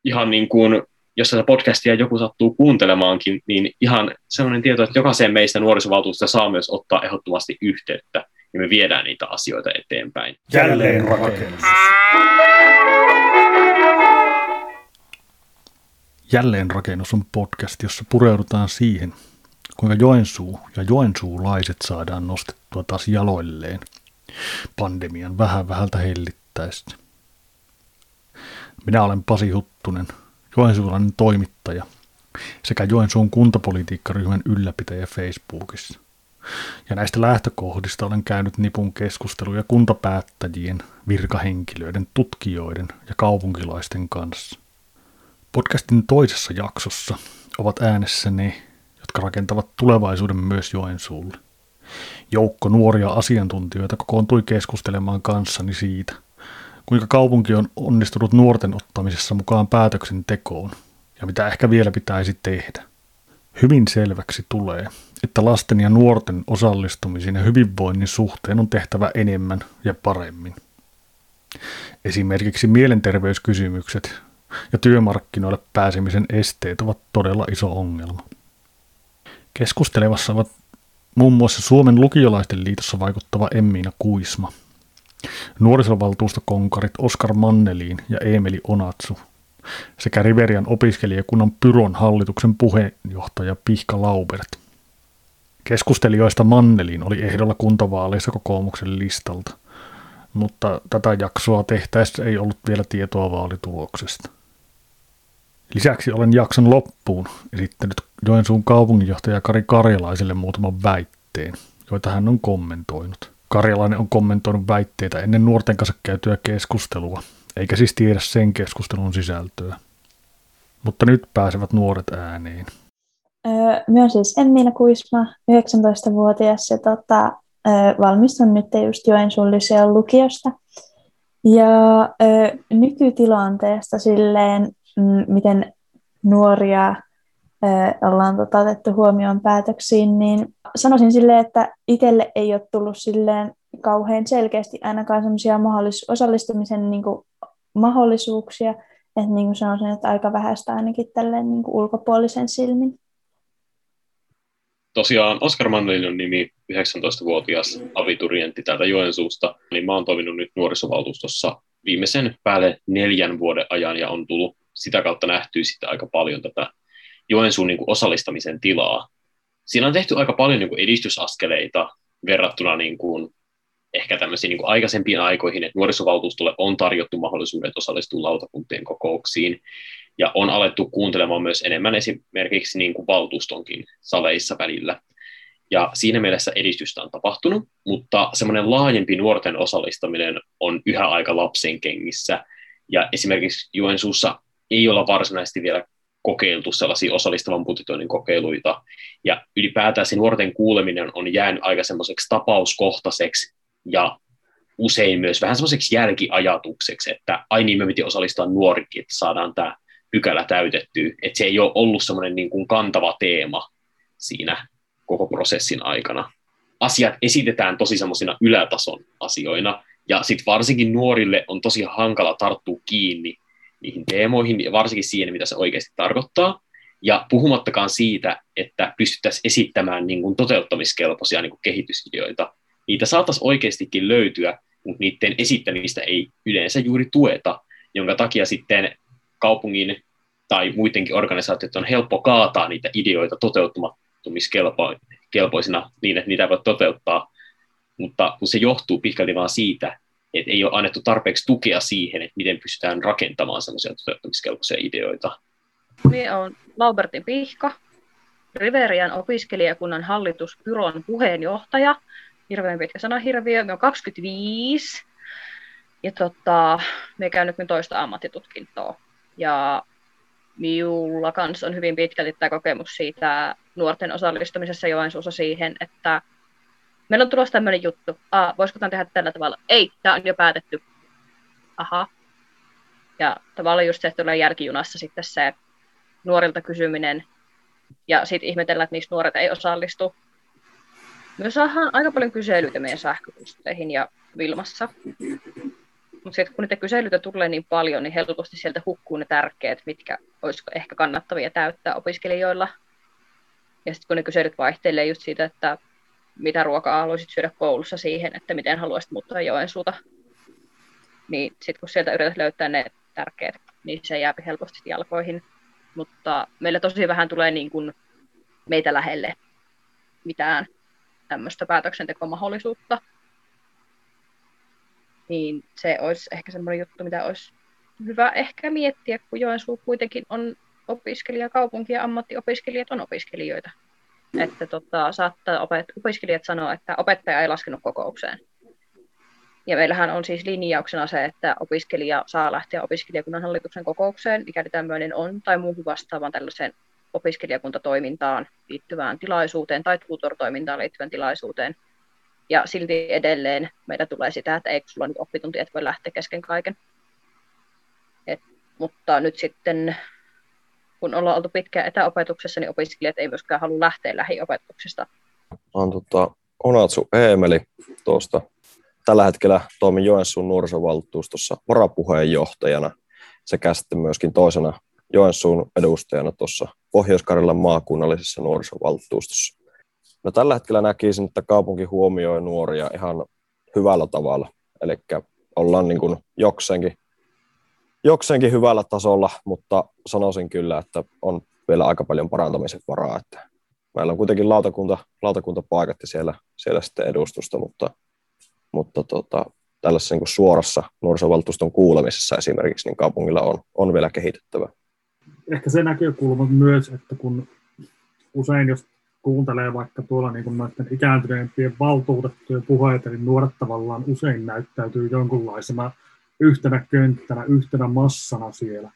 ihan niin kuin, jos tätä podcastia joku sattuu kuuntelemaankin, niin ihan sellainen tieto, että jokaiseen meistä nuorisovaltuustosta saa myös ottaa ehdottomasti yhteyttä, ja me viedään niitä asioita eteenpäin. Jälleenrakennus. Jälleenrakennus on podcast, jossa pureudutaan siihen, kuinka Joensuu ja joensuulaiset saadaan nostettua taas jaloilleen pandemian vähältä hellittäessä. Minä olen Pasi Huttunen, joensuulainen toimittaja sekä Joensuun kuntapolitiikkaryhmän ylläpitäjä Facebookissa. Ja näistä lähtökohdista olen käynyt nipun keskusteluja kuntapäättäjien, virkahenkilöiden, tutkijoiden ja kaupunkilaisten kanssa. Podcastin toisessa jaksossa ovat äänessä ne, jotka rakentavat tulevaisuuden myös Joensuulle. Joukko nuoria asiantuntijoita kokoontui keskustelemaan kanssani siitä, kuinka kaupunki on onnistunut nuorten ottamisessa mukaan päätöksentekoon ja mitä ehkä vielä pitäisi tehdä. Hyvin selväksi tulee, että lasten ja nuorten osallistumisen ja hyvinvoinnin suhteen on tehtävä enemmän ja paremmin. Esimerkiksi mielenterveyskysymykset ja työmarkkinoille pääsemisen esteet ovat todella iso ongelma. Keskustelevassa ovat muun muassa Suomen lukiolaisten liitossa vaikuttava Emmiina Kuisma, nuorisovaltuustokonkarit Oskar Manneliin ja Eemeli Onatsu sekä Riverian opiskelijakunnan Pyron hallituksen puheenjohtaja Pihka Laubert. Keskustelijoista Manneliin oli ehdolla kuntavaaleissa kokoomuksen listalta, mutta tätä jaksoa tehtäessä ei ollut vielä tietoa vaalituloksesta. Lisäksi olen jakson loppuun esittänyt Joensuun kaupunginjohtaja Kari Karjalaiselle muutaman väitteen, joita hän on kommentoinut. Karjalainen on kommentoinut väitteitä ennen nuorten kanssa käytyä keskustelua, eikä siis tiedä sen keskustelun sisältöä. Mutta nyt pääsevät nuoret ääneen. Minä olen siis Emmiina Kuisma, 19-vuotias ja valmistun nyt just Joensuun Lyseon lukiosta. Ja nykytilanteesta silleen, miten nuoria ollaan otettu huomioon päätöksiin, niin sanoisin silleen, että itselle ei ole tullut silleen kauhean selkeästi ainakaan semmoisia osallistumisen niin kuin mahdollisuuksia, että niin kuin sanoisin, että aika vähäistä ainakin tälleen niin kuin ulkopuolisen silmin. Tosiaan Oskar Mannelin on nimi, 19-vuotias abiturientti täältä Joensuusta, niin mä oon toiminut nyt nuorisovaltuustossa viimeisen päälle 4 vuoden ajan ja on tullut sitä kautta nähtyä sitten aika paljon tätä Joensuun niin kuin osallistamisen tilaa. Siinä on tehty aika paljon niin kuin edistysaskeleita verrattuna niin kuin ehkä tämmöisiin niin kuin aikaisempiin aikoihin, että nuorisovaltuustolle on tarjottu mahdollisuudet osallistua lautakuntien kokouksiin ja on alettu kuuntelemaan myös enemmän esimerkiksi niin kuin valtuustonkin saleissa välillä. Ja siinä mielessä edistystä on tapahtunut, mutta semmoinen laajempi nuorten osallistaminen on yhä aika lapsen kengissä. Ja esimerkiksi Joensuussa ei olla varsinaisesti vielä kokeiltu sellaisia osallistavan budjetoinnin kokeiluita. Ja ylipäätään se nuorten kuuleminen on jäänyt aika semmoiseksi tapauskohtaiseksi ja usein myös vähän semmoiseksi jälkiajatukseksi, että ai niin, me piti osallistaa nuorikin, että saadaan tämä pykälä täytettyä. Että se ei ole ollut semmoinen niin kuin kantava teema siinä koko prosessin aikana. Asiat esitetään tosi semmoisina ylätason asioina, ja sitten varsinkin nuorille on tosi hankala tarttua kiinni niihin teemoihin, ja varsinkin siihen, mitä se oikeasti tarkoittaa, ja puhumattakaan siitä, että pystyttäisiin esittämään niin kuin toteuttamiskelpoisia niin kuin kehitysideoita. Niitä saataisiin oikeastikin löytyä, mutta niiden esittämistä ei yleensä juuri tueta, jonka takia sitten kaupungin tai muidenkin organisaatioiden on helppo kaataa niitä ideoita toteuttamiskelpoisina niin, että niitä ei voi toteuttaa, mutta kun se johtuu pitkälti vaan siitä, että ei ole annettu tarpeeksi tukea siihen, että miten pystytään rakentamaan sellaisia toteuttamiskelpoisia ideoita. Minä olen Laubertin Pihka, Riverian opiskelijakunnan hallituspyron puheenjohtaja. Hirveän pitkä sanahirviö. Minä olen 25 ja minä käyn nyt minun toista ammattitutkintoa. Ja minulla kanssa on hyvin pitkälti tämä kokemus siitä nuorten osallistumisessa Joensuussa siihen, että meillä on tulossa tämmöinen juttu. Voisiko tämä tehdä tällä tavalla? Ei, tämä on jo päätetty. Aha. Ja tavallaan just se, että tulee jälkijunassa sitten se nuorilta kysyminen ja sitten ihmetellään, että miksi nuoret ei osallistu. Me saadaan aika paljon kyselyitä meidän sähköposteihin ja Vilmassa. Mutta sitten kun niitä kyselyitä tulee niin paljon, niin helposti sieltä hukkuu ne tärkeät, mitkä olisiko ehkä kannattavia täyttää opiskelijoilla. Ja sitten kun ne kyselyt vaihtelee just siitä, että mitä ruokaa haluaisit syödä koulussa siihen, että miten haluaisit muuttaa Joensuuta, niin sitten kun sieltä yrität löytää ne tärkeät, niin se jää helposti jalkoihin. Mutta meillä tosi vähän tulee niin kuin meitä lähelle mitään tämmöistä päätöksentekomahdollisuutta. Niin se olisi ehkä semmoinen juttu, mitä olisi hyvä ehkä miettiä, kun Joensuu kuitenkin on opiskelijakaupunki ja ammattiopiskelijat on opiskelijoita. Että saattaa opiskelijat sanoa, että opettaja ei laskenut kokoukseen. Ja meillähän on siis linjauksena se, että opiskelija saa lähteä opiskelijakunnan hallituksen kokoukseen, mikäli tämmöinen on, tai muuhun vastaavaan tällaiseen opiskelijakuntatoimintaan liittyvään tilaisuuteen tai tutor-toimintaan liittyvään tilaisuuteen. Ja silti edelleen meillä tulee sitä, että ei kun sulla on nyt oppitunti, et voi lähteä kesken kaiken. Mutta nyt sitten, kun ollaan oltu pitkään etäopetuksessa, niin opiskelijat ei myöskään halua lähteä lähiopetuksesta. Olen Onatsu Eemeli tuosta. Tällä hetkellä toimin Joensuun nuorisovaltuustossa varapuheenjohtajana sekä sitten myöskin toisena Joensuun edustajana tuossa Pohjois-Karjalan maakunnallisessa nuorisovaltuustossa. No, tällä hetkellä näkisin, että kaupunki huomioi nuoria ihan hyvällä tavalla. Eli ollaan niin kuin jokseenkin hyvällä tasolla, mutta sanoisin kyllä, että on vielä aika paljon parantamisen varaa. Että meillä on kuitenkin lautakuntapaikat ja siellä sitten edustusta, mutta tällaisessa niin kuin suorassa nuorisovaltuuston kuulemisessa esimerkiksi niin kaupungilla on vielä kehitettävä. Ehkä se näkökulma myös, että kun usein jos kuuntelee vaikka tuolla niin kuin noiden ikääntyneempien valtuutettujen puheita, niin nuoret tavallaan usein näyttäytyy jonkunlaisena yhtenä könttänä, yhtenä massana siellä.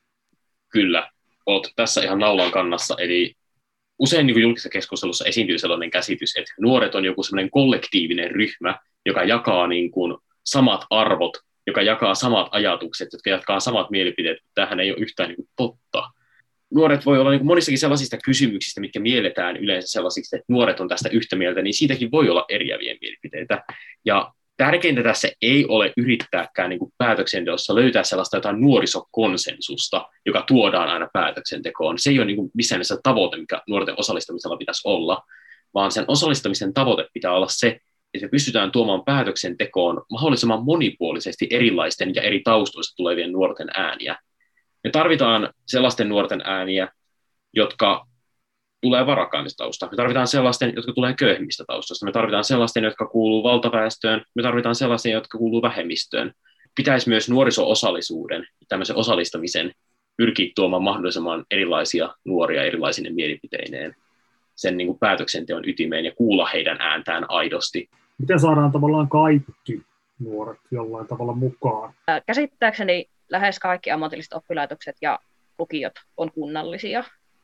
Kyllä, olet tässä ihan naulan kannassa, eli usein niin kuin julkisessa keskustelussa esiintyy sellainen käsitys, että nuoret on joku sellainen kollektiivinen ryhmä, joka jakaa niin kuin samat arvot, joka jakaa samat ajatukset, jotka jakaa samat mielipiteet. Tämähän ei ole yhtään niin kuin totta. Nuoret voi olla niin kuin monissakin sellaisista kysymyksistä, mitkä mielletään yleensä sellaisiksi, että nuoret on tästä yhtä mieltä, niin siitäkin voi olla eriäviä mielipiteitä. Ja tärkeintä tässä ei ole yrittääkään niin kuin päätöksenteossa löytää sellaista jotain nuorisokonsensusta, joka tuodaan aina päätöksentekoon. Se ei ole niin kuin missään mielessä tavoite, mikä nuorten osallistamisella pitäisi olla, vaan sen osallistamisen tavoite pitää olla se, että me pystytään tuomaan päätöksentekoon mahdollisimman monipuolisesti erilaisten ja eri taustoista tulevien nuorten ääniä. Me tarvitaan sellaisten nuorten ääniä, jotka tulee varakkaimmista taustasta. Me tarvitaan sellaisten, jotka tulee köyhimmistä taustasta. Me tarvitaan sellaisten, jotka kuuluu valtaväestöön. Me tarvitaan sellaisia, jotka kuuluu vähemmistöön. Pitäisi myös nuoriso-osallisuuden, tämmöisen osallistamisen, pyrkiä tuomaan mahdollisimman erilaisia nuoria erilaisine mielipiteineen sen niin kuin päätöksenteon ytimeen ja kuulla heidän ääntään aidosti. Miten saadaan tavallaan kaikki nuoret jollain tavalla mukaan? Käsittääkseni lähes kaikki ammatilliset oppilaitokset ja lukiot on kunnallisia,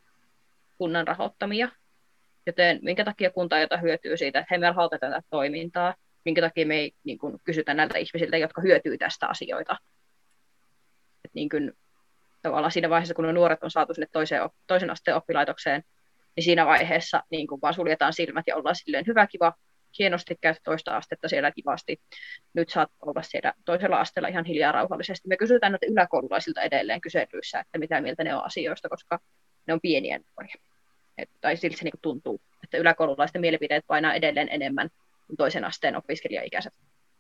kunnan rahoittamia, joten minkä takia kunta ei ota hyötyä siitä, että he me rahoitetaan tätä toimintaa, minkä takia me ei niin kuin, kysytä näiltä ihmisiltä, jotka hyötyy tästä asioita. Et, niin kuin, tavallaan siinä vaiheessa, kun nuoret on saatu sinne toisen asteen oppilaitokseen, niin siinä vaiheessa niin kuin vaan suljetaan silmät ja ollaan silleen hyvä, kiva, hienosti käytä toista astetta siellä kivasti. Nyt saat olla siellä toisella asteella ihan hiljaa rauhallisesti. Me kysytään noita yläkoululaisilta edelleen kyselyissä, että mitä mieltä ne on asioista, koska ne on pieniä nuoria. Tai silti se niin kuin tuntuu, että yläkoululaisten mielipiteet painaa edelleen enemmän kuin toisen asteen opiskelijaikäiset.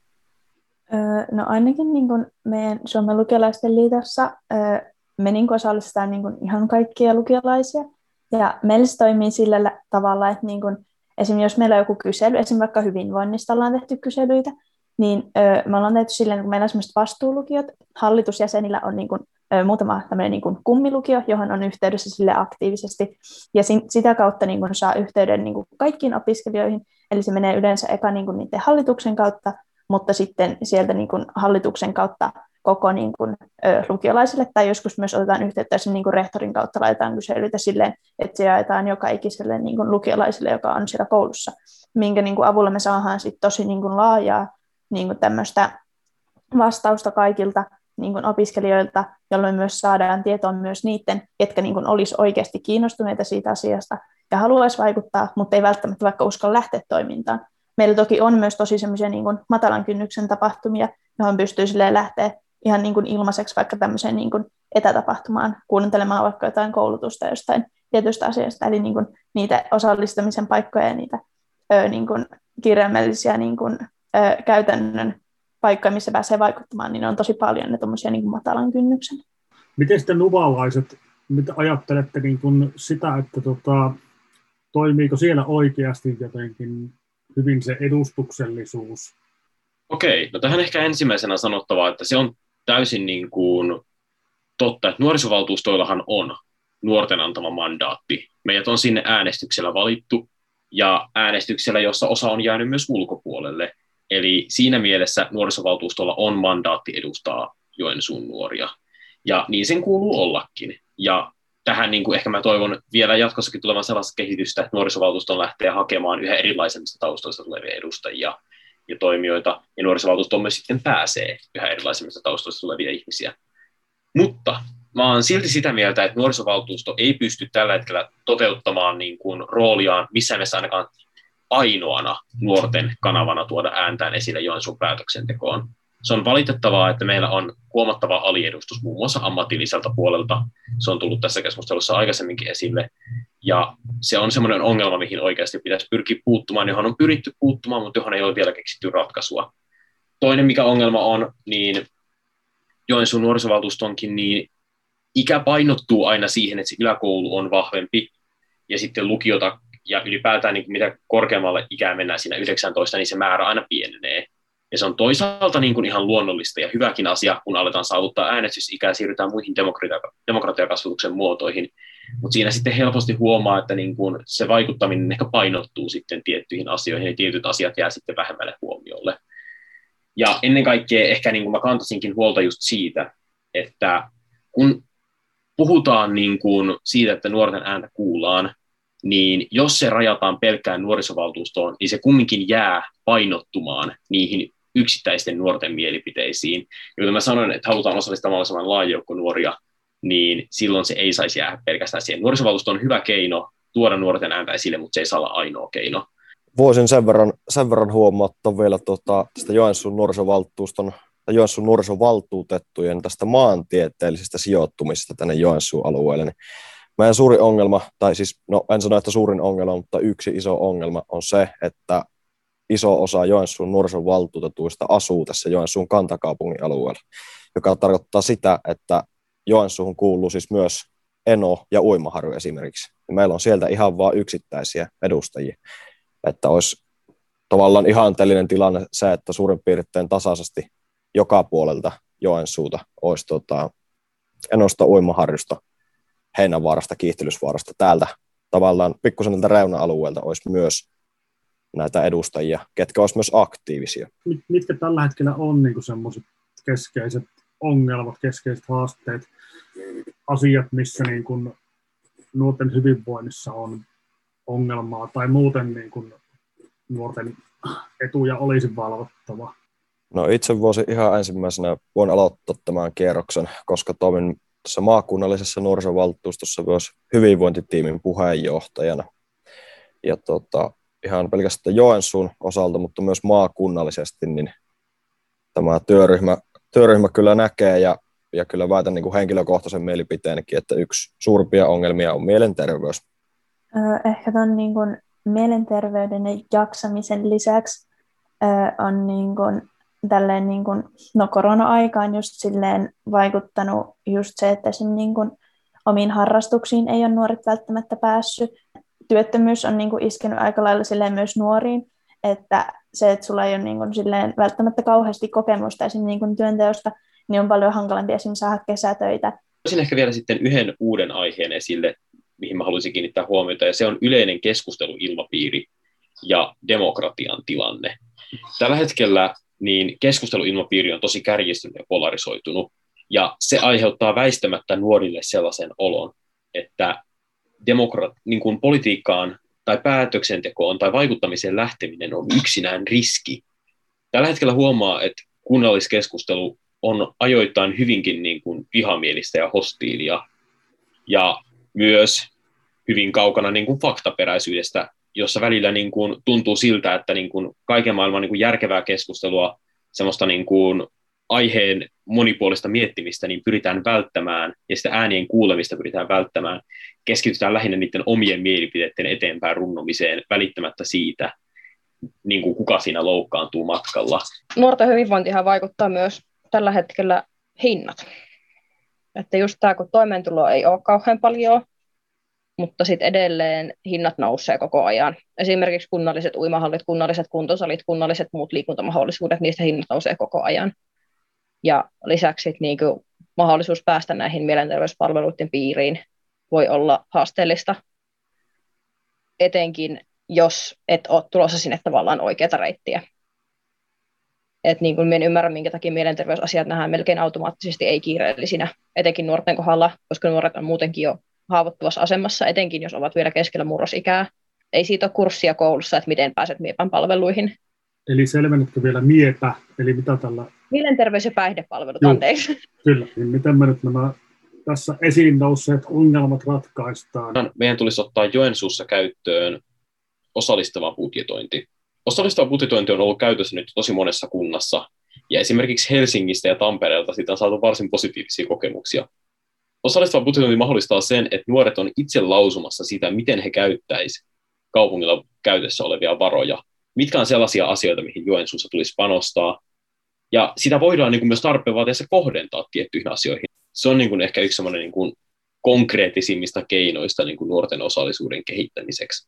No ainakin niin kuin meidän Suomen lukiolaisten liitossa me niin kuin osallistetaan niin kuin ihan kaikkia lukiolaisia. Ja meillä se toimii sillä tavalla, että niin kuin, esimerkiksi jos meillä on joku kysely, esimerkiksi vaikka hyvinvoinnista ollaan tehty kyselyitä, niin me ollaan tehty silleen, kun meillä on sellaiset vastuulukiot, hallitusjäsenillä on niin kuin, muutama tämmöinen niin kuin kummilukio, johon on yhteydessä sille aktiivisesti, ja sitä kautta niin kuin saa yhteyden niin kuin kaikkiin opiskelijoihin, eli se menee yleensä eka niin kuin niiden hallituksen kautta, mutta sitten sieltä niin kuin hallituksen kautta koko niin kuin, lukiolaisille, tai joskus myös otetaan yhteyttä sen niin kuin rehtorin kautta, laitetaan kyselyitä silleen, että se jaetaan joka ikiselle niin kuin lukiolaisille, joka on siellä koulussa, minkä niin kuin avulla me saadaan sit tosi niin kuin laajaa niin kuin tämmöistä vastausta kaikilta niin kuin opiskelijoilta, jolloin myös saadaan tietoa myös niiden, ketkä niin kuin olisi oikeasti kiinnostuneita siitä asiasta ja haluaisi vaikuttaa, mutta ei välttämättä vaikka uskalla lähteä toimintaan. Meillä toki on myös tosi semmoisia niin kuin matalan kynnyksen tapahtumia, johon pystyy silleen lähteä ihan niin kuin ilmaiseksi vaikka tämmöiseen niin kuin etätapahtumaan, kuuntelemaan vaikka jotain koulutusta jostain tietystä asiasta, eli niin kuin niitä osallistamisen paikkoja ja niitä niin kuin kirjaimellisia niin kuin, käytännön paikkoja, missä pääsee vaikuttamaan, niin on tosi paljon ne tommosia niin kuin matalan kynnyksen. Miten sitten nuvalaiset, mitä ajattelette niin kuin sitä, että toimiiko siellä oikeasti jotenkin hyvin se edustuksellisuus? Okei, no tähän ehkä ensimmäisenä sanottavaa, että se on täysin niin kuin totta, että nuorisovaltuustoillahan on nuorten antama mandaatti. Meidät on sinne äänestyksellä valittu ja äänestyksellä, jossa osa on jäänyt myös ulkopuolelle. Eli siinä mielessä nuorisovaltuustolla on mandaatti edustaa Joensuun nuoria. Ja niin sen kuuluu ollakin. Ja tähän niin kuin ehkä mä toivon vielä jatkossakin tulevan sellaista kehitystä, että nuorisovaltuuston lähtee hakemaan yhä erilaisemmista taustoista tulevia edustajia ja toimijoita, ja nuorisovaltuustoon myös sitten pääsee yhä erilaisemmista taustoista tulevia ihmisiä. Mutta mä oon silti sitä mieltä, että nuorisovaltuusto ei pysty tällä hetkellä toteuttamaan niin kuin rooliaan missään mielessä ainakaan ainoana nuorten kanavana tuoda ääntään esille Joensuun päätöksentekoon. Se on valitettavaa, että meillä on huomattava aliedustus muun muassa ammatilliselta puolelta. Se on tullut tässä keskustelussa aikaisemminkin esille. Ja se on semmoinen ongelma, mihin oikeasti pitäisi pyrkiä puuttumaan, johon on pyritty puuttumaan, mutta johon ei ole vielä keksitty ratkaisua. Toinen, mikä ongelma on, niin Joensuun nuorisovaltuustonkin, niin ikä painottuu aina siihen, että se yläkoulu on vahvempi ja sitten lukiota ja ylipäätään niin mitä korkeammalle ikään mennään siinä 19, niin se määrä aina pienenee. Ja se on toisaalta niin kuin ihan luonnollista ja hyväkin asia, kun aletaan saavuttaa äänestysikää ja siirrytään muihin demokratiakasvatuksen muotoihin. Mutta siinä sitten helposti huomaa, että niin kuin se vaikuttaminen ehkä painottuu sitten tiettyihin asioihin ja tietyt asiat jää sitten vähemmälle huomiolle. Ja ennen kaikkea ehkä niin kuin mä kantaisinkin huolta just siitä, että kun puhutaan niin kuin siitä, että nuorten ääntä kuullaan, niin jos se rajataan pelkkään nuorisovaltuustoon, niin se kumminkin jää painottumaan niihin yksittäisten nuorten mielipiteisiin. Ja kun mä sanoin, että halutaan osallistaa mahdollisimman laaja joukko nuoria, niin silloin se ei saisi jäädä pelkästään siihen. Nuorisovaltuusto on hyvä keino tuoda nuorten ääntä esille, mutta se ei saa olla ainoa keino. Voisin sen verran huomauttaa vielä tästä Joensuun nuorisovaltuuston tai Joensuun nuorisovaltuutettujen tästä maantieteellisestä sijoittumisesta tänne Joensuun alueelle. Niin meidän suuri ongelma, tai siis en sano, että suurin ongelma, mutta yksi iso ongelma on se, että iso osa Joensuun nuorisovaltuutetuista asuu tässä Joensuun kantakaupungin alueella, joka tarkoittaa sitä, että Joensuuhun kuuluu siis myös Eno ja Uimaharju esimerkiksi. Meillä on sieltä ihan vain yksittäisiä edustajia. Että olisi tavallaan ihanteellinen tilanne se, että suurin piirtein tasaisesti joka puolelta Joensuuta olisi Enosta, Uimaharjusta, Heinävaarasta, Kiihtelysvaarasta, täältä tavallaan pikkusen näiltä reuna-alueelta olisi myös näitä edustajia, ketkä olisi myös aktiivisia. Mitkä tällä hetkellä on niin semmoiset keskeiset ongelmat, keskeiset haasteet, asiat, missä niin kuin nuorten hyvinvoinnissa on ongelmaa tai muuten niin kuin nuorten etuja olisi valvottava? No itse voisin ihan ensimmäisenä voin aloittaa tämän kierroksen, koska toimin tässä maakunnallisessa nuorisovaltuustossa myös hyvinvointitiimin puheenjohtajana. Ja ihan pelkästään Joensuun osalta, mutta myös maakunnallisesti, niin tämä työryhmä kyllä näkee ja kyllä väitän niin kuin henkilökohtaisen mielipiteenkin, että yksi suurimpia ongelmia on mielenterveys. Ehkä tuon niin kuin mielenterveyden ja jaksamisen lisäksi on niin kuin tälleen niin kuin, korona-aikaan just silleen vaikuttanut just se, että niin kuin omiin harrastuksiin ei ole nuoret välttämättä päässyt. Työttömyys on niin kuin iskenyt aika lailla silleen myös nuoriin, että se, että sulla ei ole niin kuin silleen välttämättä kauheasti kokemusta esimerkiksi niin kuin työnteosta, niin on paljon hankalampi esimerkiksi saada kesätöitä. Voisin ehkä vielä sitten yhden uuden aiheen esille, mihin mä haluaisin kiinnittää huomiota, ja se on yleinen keskusteluilmapiiri ja demokratian tilanne. Tällä hetkellä niin keskusteluilmapiiri on tosi kärjistynyt ja polarisoitunut, ja se aiheuttaa väistämättä nuorille sellaisen olon, että niin kuin politiikkaan tai päätöksentekoon tai vaikuttamiseen lähteminen on yksinään riski. Tällä hetkellä huomaa, että kunnalliskeskustelu on ajoittain hyvinkin niin kuin vihamielistä ja hostiilia, ja myös hyvin kaukana niin kuin faktaperäisyydestä, jossa välillä niin kuin tuntuu siltä, että niin kuin kaiken maailman niin kuin järkevää keskustelua, semmoista niin kuin aiheen monipuolista miettimistä niin pyritään välttämään, ja sitä äänien kuulemista pyritään välttämään, keskitytään lähinnä niiden omien mielipiteiden eteenpäin runnomiseen, välittämättä siitä, niin kuin kuka siinä loukkaantuu matkalla. Nuorten hyvinvointihan vaikuttaa myös tällä hetkellä hinnat. Että just tämä, kun toimeentuloa ei ole kauhean paljon, mutta sitten edelleen hinnat nousee koko ajan. Esimerkiksi kunnalliset uimahallit, kunnalliset kuntosalit, kunnalliset muut liikuntamahdollisuudet, niistä hinnat nousee koko ajan. Ja lisäksi niinku mahdollisuus päästä näihin mielenterveyspalveluiden piiriin voi olla haasteellista, etenkin jos et ole tulossa sinne tavallaan oikeata reittiä. Et niin kuin en ymmärrä, minkä takia mielenterveysasiat nähdään melkein automaattisesti ei-kiireellisinä, etenkin nuorten kohdalla, koska nuoret on muutenkin jo haavoittuvassa asemassa, etenkin jos ovat vielä keskellä murrosikää. Ei siitä ole kurssia koulussa, että miten pääset Miepän palveluihin. Eli selvennetkö vielä Miepä, eli mitä tällä... Mielenterveys- ja päihdepalvelut, anteeksi. Kyllä, niin miten me nyt nämä tässä esiin nousseet ongelmat ratkaistaan? Meidän tulisi ottaa Joensuussa käyttöön osallistava budjetointi. Osallistava budjetointi on ollut käytössä nyt tosi monessa kunnassa, ja esimerkiksi Helsingistä ja Tampereelta siitä on saatu varsin positiivisia kokemuksia. Osallistava budjetointi mahdollistaa sen, että nuoret on itse lausumassa sitä, miten he käyttäisivät kaupungilla käytössä olevia varoja, mitkä on sellaisia asioita, mihin Joensuussa tulisi panostaa, ja sitä voidaan niin kuin myös tarpeen vaatiessa kohdentaa tiettyihin asioihin. Se on niin kuin ehkä yksi sellainen niin kuin konkreettisimmista keinoista niin kuin nuorten osallisuuden kehittämiseksi.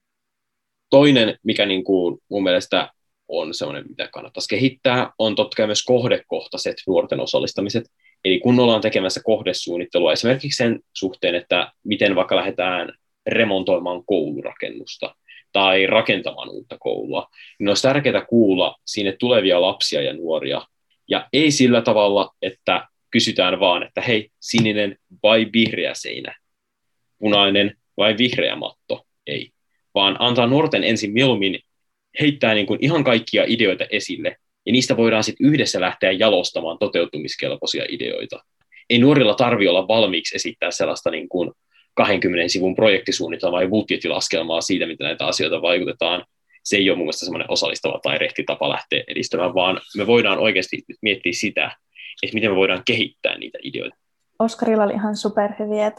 Toinen, mikä niin kuin mun mielestä on sellainen, mitä kannattaisi kehittää, on totta kai myös kohdekohtaiset nuorten osallistamiset. Eli kun ollaan tekemässä kohdesuunnittelua esimerkiksi sen suhteen, että miten vaikka lähdetään remontoimaan koulurakennusta tai rakentamaan uutta koulua, niin olisi tärkeää kuulla sinne tulevia lapsia ja nuoria. Ja ei sillä tavalla, että kysytään vaan, että hei, sininen vai vihreä seinä, punainen vai vihreä matto, ei. Vaan antaa nuorten ensin mieluummin heittää niin kuin ihan kaikkia ideoita esille, ja niistä voidaan sitten yhdessä lähteä jalostamaan toteutumiskelpoisia ideoita. Ei nuorilla tarvitse olla valmiiksi esittää sellaista niin kuin 20 sivun projektisuunnitelmaa ja budjettilaskelmaa siitä, miten näitä asioita vaikutetaan. Se ei ole mun mielestä semmoinen osallistava tai rehti tapa lähteä edistämään, vaan me voidaan oikeasti miettiä sitä, että miten me voidaan kehittää niitä ideoita. Oskarilla oli ihan superhyviä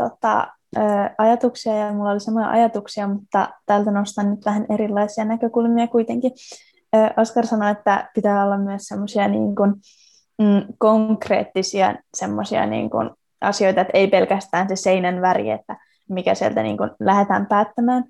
ajatuksia ja mulla oli samoja ajatuksia, mutta täältä nostan nyt vähän erilaisia näkökulmia kuitenkin. Oskar sanoi, että pitää olla myös semmoisia niin kuin, konkreettisia semmoisia niin kuin asioita, että ei pelkästään se seinän väri, että mikä sieltä niin kuin lähdetään päättämään.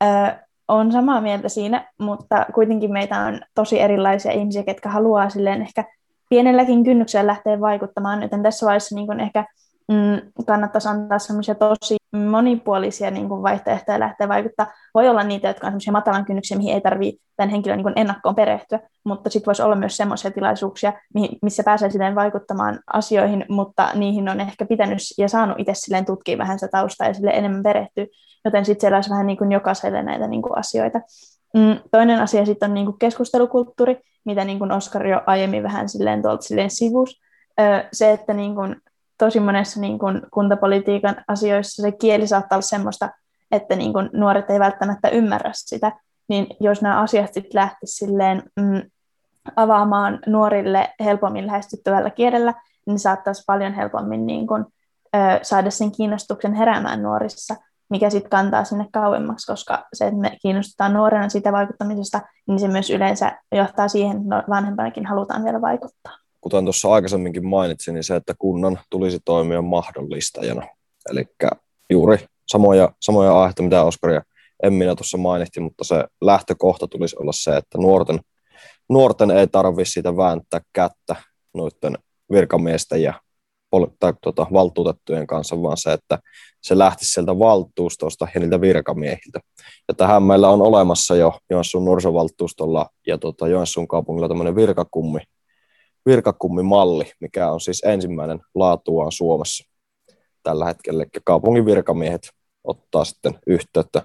Olen samaa mieltä siinä, mutta kuitenkin meitä on tosi erilaisia ihmisiä, ketkä haluaa silleen ehkä pienelläkin kynnyksellä lähteä vaikuttamaan, joten tässä vaiheessa niin kuin ehkä kannattaisi antaa semmoisia tosi monipuolisia niin kuin vaihtoehtoja lähteä vaikuttaa. Voi olla niitä, jotka on semmoisia matalan kynnyksiä, mihin ei tarvitse tämän henkilön niin kuin ennakkoon perehtyä, mutta sitten voisi olla myös semmoisia tilaisuuksia, missä pääsee silleen vaikuttamaan asioihin, mutta niihin on ehkä pitänyt ja saanut itse silleen tutkia vähän sitä taustaa ja silleen enemmän perehtyä, joten sitten siellä olisi vähän niin kuin jokaiselle näitä niin kuin asioita. Toinen asia sitten on niin kuin keskustelukulttuuri, mitä niin kuin Oskar jo aiemmin vähän silleen tuolta silleen sivus. Se, että niin kuin tosi monessa niin kuin kuntapolitiikan asioissa se kieli saattaa olla semmoista, että niin kuin nuoret ei välttämättä ymmärrä sitä, niin jos nämä asiat sitten lähtisivät silleen avaamaan nuorille helpommin lähestyttävällä kielellä, niin saattaisi paljon helpommin niin kuin, saada sen kiinnostuksen heräämään nuorissa, mikä sitten kantaa sinne kauemmaksi, koska se, että me kiinnostutaan nuorena siitä vaikuttamisesta, niin se myös yleensä johtaa siihen, että vanhempanakin halutaan vielä vaikuttaa. Kuten tuossa aikaisemminkin mainitsin, niin se, että kunnan tulisi toimia mahdollistajana. Eli juuri samoja aiheita, mitä Oskar ja Emmina tuossa mainitsi, mutta se lähtökohta tulisi olla se, että nuorten ei tarvitse siitä vääntää kättä noiden virkamiesten ja valtuutettujen kanssa, vaan se, että se lähtisi sieltä valtuustosta ja niiltä virkamiehiltä. Ja tähän meillä on olemassa jo Joensuun nuorisovaltuustolla ja Joensuun kaupungilla tämmöinen virkakummimalli, mikä on siis ensimmäinen laatuaan Suomessa tällä hetkellä. Eli kaupungin virkamiehet ottaa sitten yhteyttä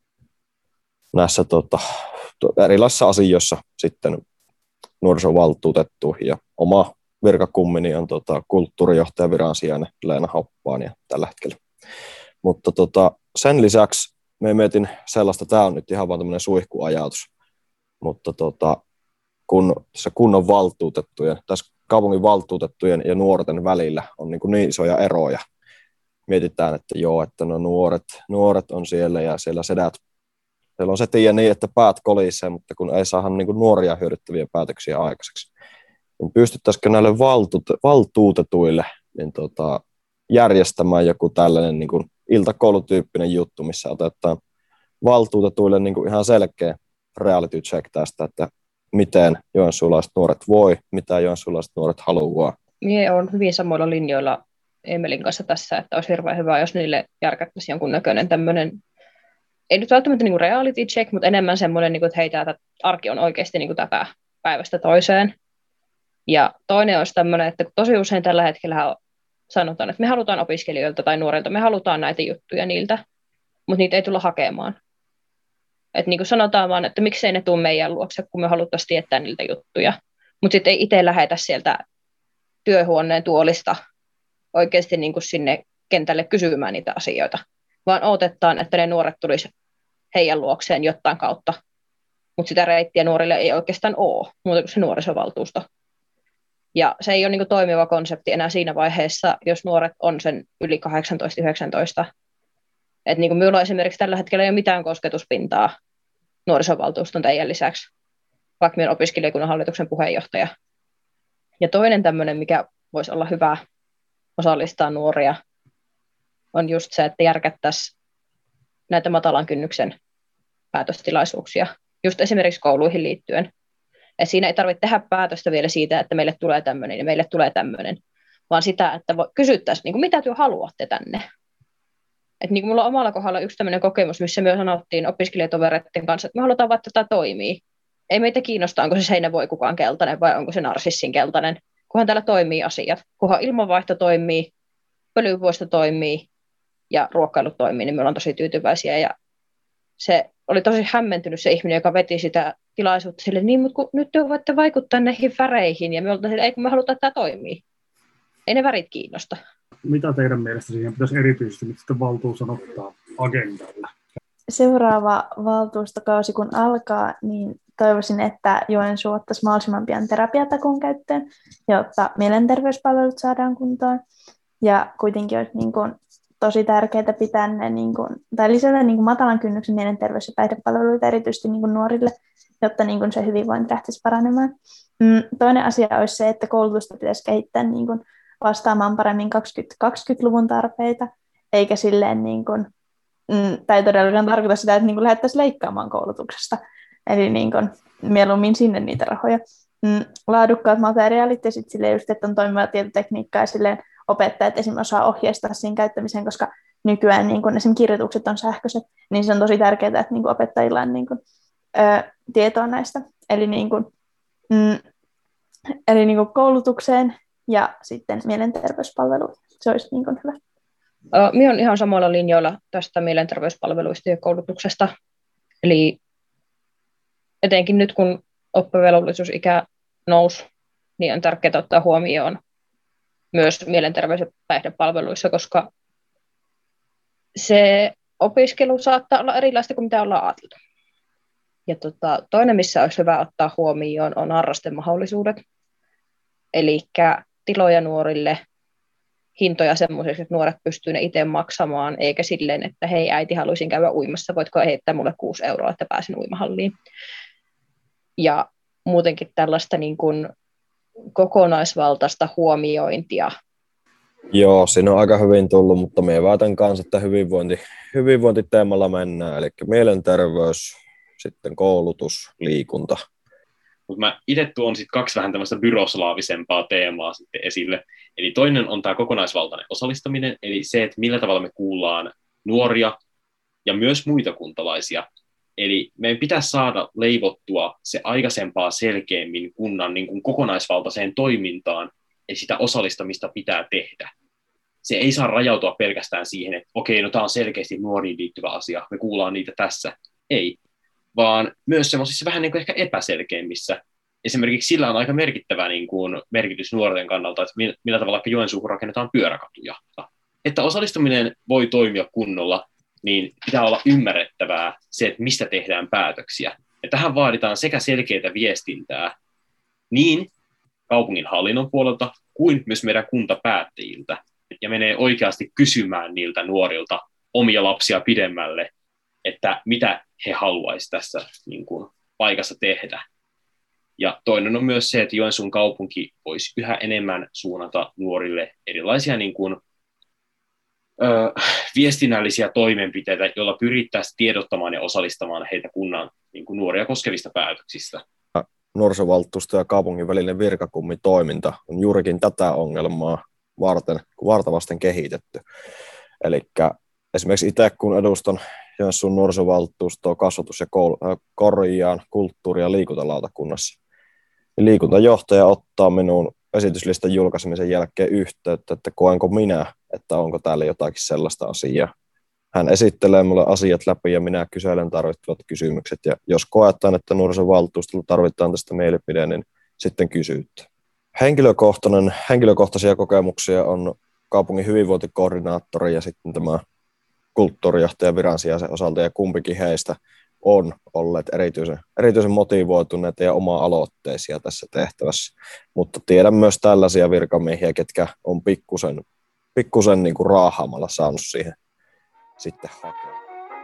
näissä erilaisissa asioissa sitten nuorisovaltuutettuihin, ja oma virkakummini on kulttuurijohtaja viransijainen Leena Hoppaan ja tällä hetkellä. Mutta sen lisäksi me mietin sellaista, tämä on nyt ihan vaan tämmöinen suihkuajatus, mutta kun tässä kunnan valtuutettujen, tässä kaupungin valtuutettujen ja nuorten välillä on niin isoja eroja. Mietitään, että joo, että no nuoret on siellä ja siellä sedät. Siellä on se tiedä niin, että päät kolisee, mutta kun ei saada niin kuin nuoria hyödyttäviä päätöksiä aikaiseksi. Niin pystyttäisikö näille valtuutetuille niin järjestämään joku tällainen niin kuin iltakoulutyyppinen juttu, missä otetaan valtuutetuille niin kuin ihan selkeä reality check tästä, että miten joensuulaiset nuoret voi, mitä joensuulaiset nuoret haluaa. Minä olen hyvin samoilla linjoilla Emelin kanssa tässä, että olisi hirveän hyvä, jos niille järkättäisiin jonkun näköinen tämmöinen, ei nyt välttämättä niin kuin reality check, mutta enemmän semmoinen, että hei, tämä arki on oikeasti niin kuin tätä päivästä toiseen. Ja toinen olisi tämmöinen, että tosi usein tällä hetkellä sanotaan, että me halutaan opiskelijoilta tai nuorilta, me halutaan näitä juttuja niiltä, mutta niitä ei tulla hakemaan. Että niin kuin sanotaan vaan, että miksei ne tule meidän luokse, kun me haluttaisiin tietää niiltä juttuja. Mutta sitten ei itse lähetä sieltä työhuoneen tuolista oikeasti niin kuin sinne kentälle kysymään niitä asioita, vaan odotetaan, että ne nuoret tulisi heidän luokseen jotain kautta. Mutta sitä reittiä nuorille ei oikeastaan ole, muuta kuin se nuorisovaltuusto. Ja se ei ole niin kuin toimiva konsepti enää siinä vaiheessa, jos nuoret on sen yli 18-19. Että niin kuin minulla esimerkiksi tällä hetkellä ei ole mitään kosketuspintaa nuorisovaltuuston teidän lisäksi, vaikka minä olen opiskelijakunnan hallituksen puheenjohtaja. Ja toinen tämmöinen, mikä voisi olla hyvä osallistaa nuoria, on just se, että järkättäisiin näitä matalan kynnyksen päätöstilaisuuksia, just esimerkiksi kouluihin liittyen. Et siinä ei tarvitse tehdä päätöstä vielä siitä, että meille tulee tämmöinen ja meille tulee tämmöinen, vaan sitä, että kysyttäisiin, niin kuin, mitä työ haluatte tänne. Et niin kuin mulla on omalla kohdalla yksi tämmöinen kokemus, missä me sanottiin opiskelijatovereiden kanssa, että me halutaan vaan, että tämä toimii. Ei meitä kiinnosta, onko se seinävoi kukaan keltainen vai onko se narsissin keltainen, kunhan täällä toimii asiat. Kunhan ilmanvaihto toimii, pölyvuosto toimii ja ruokailu toimii, niin me ollaan tosi tyytyväisiä. Ja se oli tosi hämmentynyt se ihminen, joka veti sitä tilaisuutta sille, niin, mutta nyt te voitte vaikuttaa näihin väreihin. Ja me oltiin sille, ei kun me halutaan, että tämä toimii. Ei ne värit kiinnosta. Mitä teidän mielestä siihen pitäisi erityisesti nyt sitten valtuuston ottaa agendalle? Seuraava valtuustokausi kun alkaa, niin toivoisin, että Joensuu ottaisi mahdollisimman pian terapiatakuun käyttöön, jotta mielenterveyspalvelut saadaan kuntoon. Ja kuitenkin olisi niin kuin tosi tärkeää pitää ne, niin kuin, tai lisätä niin kuin matalan kynnyksen mielenterveys- ja päihdepalveluita erityisesti niin kuin nuorille, jotta niin kuin se hyvinvointi lähtisi paranemaan. Toinen asia olisi se, että koulutusta pitäisi kehittää niin kuin vastaamaan paremmin 2020-luvun tarpeita, eikä silleen, niin kuin, tai todellakaan tarkoita sitä, että niin kuin lähdettäisiin leikkaamaan koulutuksesta, eli niin kuin, mieluummin sinne niitä rahoja. Laadukkaat materiaalit ja sitten silleen just, että on toimiva tietotekniikka ja silleen opettajat esimerkiksi osaa ohjeistaa siihen käyttämiseen, koska nykyään niin kun esimerkiksi kirjoitukset on sähköiset, niin se on tosi tärkeää, että niin kun opettajilla on niin kun, tietoa näistä. Eli, niin kun, koulutukseen ja sitten mielenterveyspalveluihin. Se olisi niin kun hyvä. Minä olen ihan samalla linjoilla tästä mielenterveyspalveluista ja koulutuksesta. Eli etenkin nyt, kun oppivelvollisuusikä nousi, niin on tärkeää ottaa huomioon myös mielenterveys- ja päihdepalveluissa, koska se opiskelu saattaa olla erilaista kuin mitä ollaan ajateltu. Ja toinen, missä olisi hyvä ottaa huomioon, on harrastemahdollisuudet. Eli tiloja nuorille, hintoja semmoisiksi, että nuoret pystyvät ne itse maksamaan, eikä silleen, että hei äiti, haluaisin käydä uimassa, voitko heittää mulle 6 euroa, että pääsen uimahalliin. Ja muutenkin tällaista niin kuin kokonaisvaltaista huomiointia. Joo, siinä on aika hyvin tullut, mutta minä väitän kanssa, että hyvinvointiteemalla mennään, eli mielenterveys, sitten koulutus, liikunta. Mutta mä itse tuon sitten 2 vähän tämmöistä byroslaavisempaa teemaa sitten esille. Eli toinen on tämä kokonaisvaltainen osallistaminen, eli se, että millä tavalla me kuullaan nuoria ja myös muita kuntalaisia. Eli meidän pitäisi saada leivottua se aikaisempaa selkeämmin kunnan niin kuin kokonaisvaltaiseen toimintaan, ja sitä osallistamista pitää tehdä. Se ei saa rajautua pelkästään siihen, että okei, no tämä on selkeästi nuoriin liittyvä asia, me kuullaan niitä tässä. Ei, vaan myös semmoisissa vähän niin kuin ehkä epäselkeimmissä. Esimerkiksi sillä on aika merkittävä niin kuin merkitys nuorten kannalta, että millä tavalla Joensuuhun rakennetaan pyöräkatuja. Että osallistuminen voi toimia kunnolla, niin pitää olla ymmärrettävää se, että mistä tehdään päätöksiä. Ja tähän vaaditaan sekä selkeää viestintää niin kaupungin hallinnon puolelta kuin myös meidän kuntapäättäjiltä ja menee oikeasti kysymään niiltä nuorilta omia lapsia pidemmälle, että mitä he haluaisivat tässä niin kuin, paikassa tehdä. Ja toinen on myös se, että Joensuun kaupunki voisi yhä enemmän suunnata nuorille erilaisia niin kuin, viestinnällisiä toimenpiteitä, joilla pyrittäisiin tiedottamaan ja osallistamaan heitä kunnan niin kuin, nuoria koskevista päätöksistä. Nuorisovaltuusto ja kaupungin välinen virkakummitoiminta on juurikin tätä ongelmaa vartavasten kehitetty. Eli esimerkiksi itse, kun edustan Joensuun nuorisovaltuustoa kasvatus- ja kulttuuri- ja liikuntalautakunnassa, niin liikuntajohtaja ottaa minun esityslistan julkaisemisen jälkeen yhteyttä, että koenko minä, että onko täällä jotakin sellaista asiaa. Hän esittelee minulle asiat läpi ja minä kyselen tarvittavat kysymykset. Ja jos koetaan, että nuorisovaltuustolla tarvitaan tästä mielipide, niin sitten kysytte. Henkilökohtaisia kokemuksia on kaupungin hyvinvointikoordinaattori ja sitten tämä kulttuurijohtaja viransijaisen osalta, ja kumpikin heistä on olleet erityisen motivoituneita ja oma-aloitteisia tässä tehtävässä. Mutta tiedän myös tällaisia virkamiehiä, ketkä on pikkusen niin kuin raahaamalla saanut siihen sitten hakea.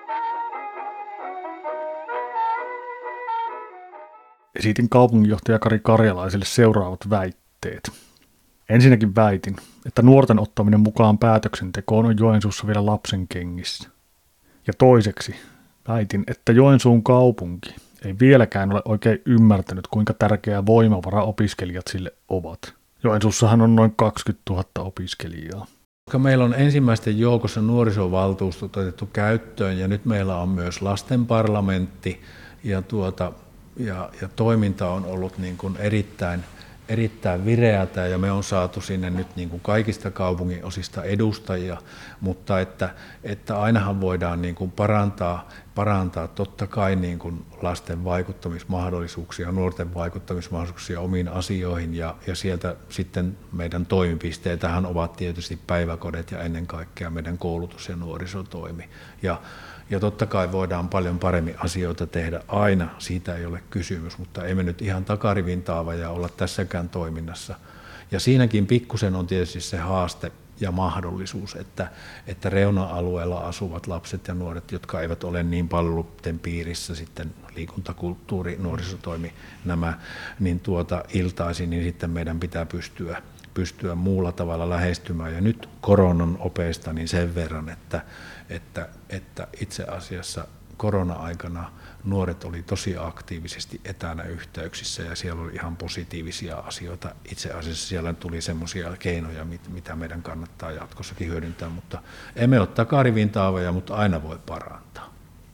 Esitin kaupunginjohtaja Kari Karjalaiselle seuraavat väitteet. Ensinnäkin väitin, että nuorten ottaminen mukaan päätöksentekoon on Joensuussa vielä lapsen kengissä. Ja toiseksi väitin, että Joensuun kaupunki ei vieläkään ole oikein ymmärtänyt, kuinka tärkeä voimavara opiskelijat sille ovat. Joensuussahan on noin 20 000 opiskelijaa. Koska meillä on ensimmäisten joukossa nuorisovaltuustot otettu käyttöön ja nyt meillä on myös lastenparlamentti ja toiminta on ollut niin kuin erittäin vireätä ja me on saatu sinne nyt niin kuin kaikista kaupungin osista edustajia, mutta että ainahan voidaan niin kuin parantaa totta kai niin kuin lasten vaikuttamismahdollisuuksia, nuorten vaikuttamismahdollisuuksia omiin asioihin ja sieltä sitten meidän toimipisteitähän ovat tietysti päiväkodit ja ennen kaikkea meidän koulutus- ja nuorisotoimi. Ja totta kai voidaan paljon paremmin asioita tehdä aina, siitä ei ole kysymys, mutta emme nyt ihan takarivin taavaja olla tässäkään toiminnassa. Ja siinäkin pikkusen on tietysti se haaste ja mahdollisuus, että reuna-alueella asuvat lapset ja nuoret, jotka eivät ole niin palveluiden piirissä sitten liikuntakulttuuri, nuorisotoimi nämä, niin iltaisin, niin sitten meidän pitää pystyä muulla tavalla lähestymään. Ja nyt koronan opeista niin sen verran, että itse asiassa korona-aikana nuoret oli tosi aktiivisesti etänä yhteyksissä ja siellä oli ihan positiivisia asioita. Itse asiassa siellä tuli semmoisia keinoja, mitä meidän kannattaa jatkossakin hyödyntää, mutta emme ole takarivin taavoja, mutta aina voi parantaa.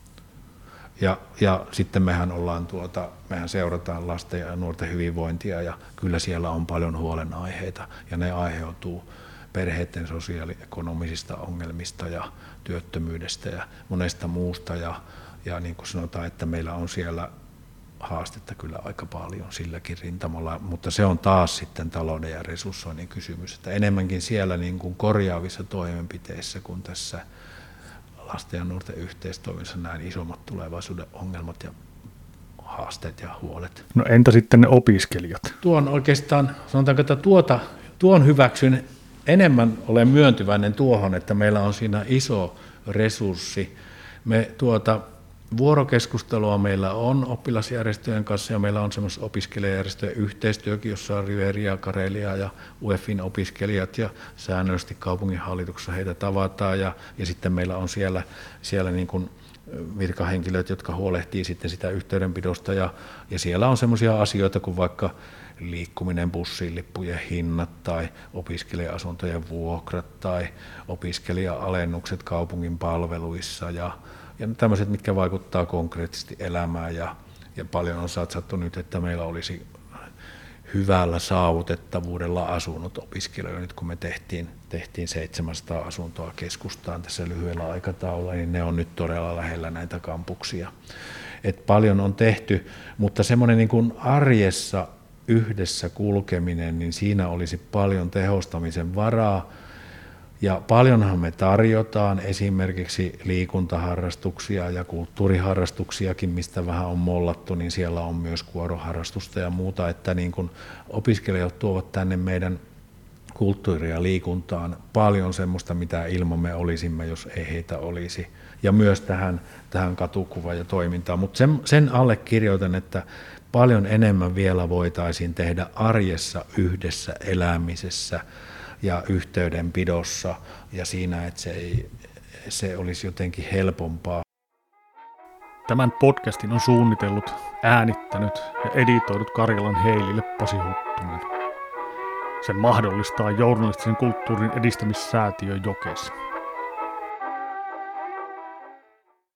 Ja sitten mehän seurataan lasten ja nuorten hyvinvointia ja kyllä siellä on paljon huolenaiheita ja ne aiheutuu perheiden sosiaaliekonomisista ongelmista ja työttömyydestä ja monesta muusta ja niin kuin sanotaan, että meillä on siellä haastetta kyllä aika paljon silläkin rintamalla, mutta se on taas sitten talouden ja resurssoinnin kysymys, että enemmänkin siellä niin kuin korjaavissa toimenpiteissä kuin tässä lasten ja nuorten yhteistoiminnassa näin isommat tulevaisuuden ongelmat ja haasteet ja huolet. No entä sitten ne opiskelijat? Tuon oikeastaan, sanotaanko, että tuon hyväksyn enemmän olen myöntyväinen tuohon, että meillä on siinä iso resurssi. Me vuorokeskustelua meillä on oppilasjärjestöjen kanssa ja meillä on semmoista opiskelijajärjestöjen yhteistyökin, jossa on Riveria, Karelia ja UEFin opiskelijat ja säännöllisesti kaupunginhallituksessa heitä tavataan ja sitten meillä on siellä niin kuin virkahenkilöt, jotka huolehtii sitten sitä yhteydenpidosta ja siellä on semmoisia asioita kuin vaikka liikkuminen, bussilippujen hinnat tai opiskelija-asuntojen vuokrat tai opiskelija-alennukset kaupungin palveluissa ja tämmöiset, mitkä vaikuttaa konkreettisesti elämään ja paljon on satsattu nyt, että meillä olisi hyvällä saavutettavuudella asunut opiskelijoita. Nyt kun me tehtiin 700 asuntoa keskustaan tässä lyhyellä aikataululla, niin ne on nyt todella lähellä näitä kampuksia. Et paljon on tehty, mutta semmoinen niin kuin arjessa yhdessä kulkeminen, niin siinä olisi paljon tehostamisen varaa. Ja paljonhan me tarjotaan esimerkiksi liikuntaharrastuksia ja kulttuuriharrastuksiakin, mistä vähän on mollattu, niin siellä on myös kuoroharrastusta ja muuta, että niin kun opiskelijat tuovat tänne meidän kulttuuria ja liikuntaan paljon semmoista, mitä ilman me olisimme, jos ei heitä olisi. Ja myös tähän katukuvaan ja toimintaan. Mutta sen allekirjoitan, että paljon enemmän vielä voitaisiin tehdä arjessa yhdessä elämisessä ja yhteydenpidossa ja siinä, että se olisi jotenkin helpompaa. Tämän podcastin on suunnitellut, äänittänyt ja editoidut Karjalan Heilille Pasi Huttunen. Sen mahdollistaa journalistisen kulttuurin edistämissäätiö Jokes.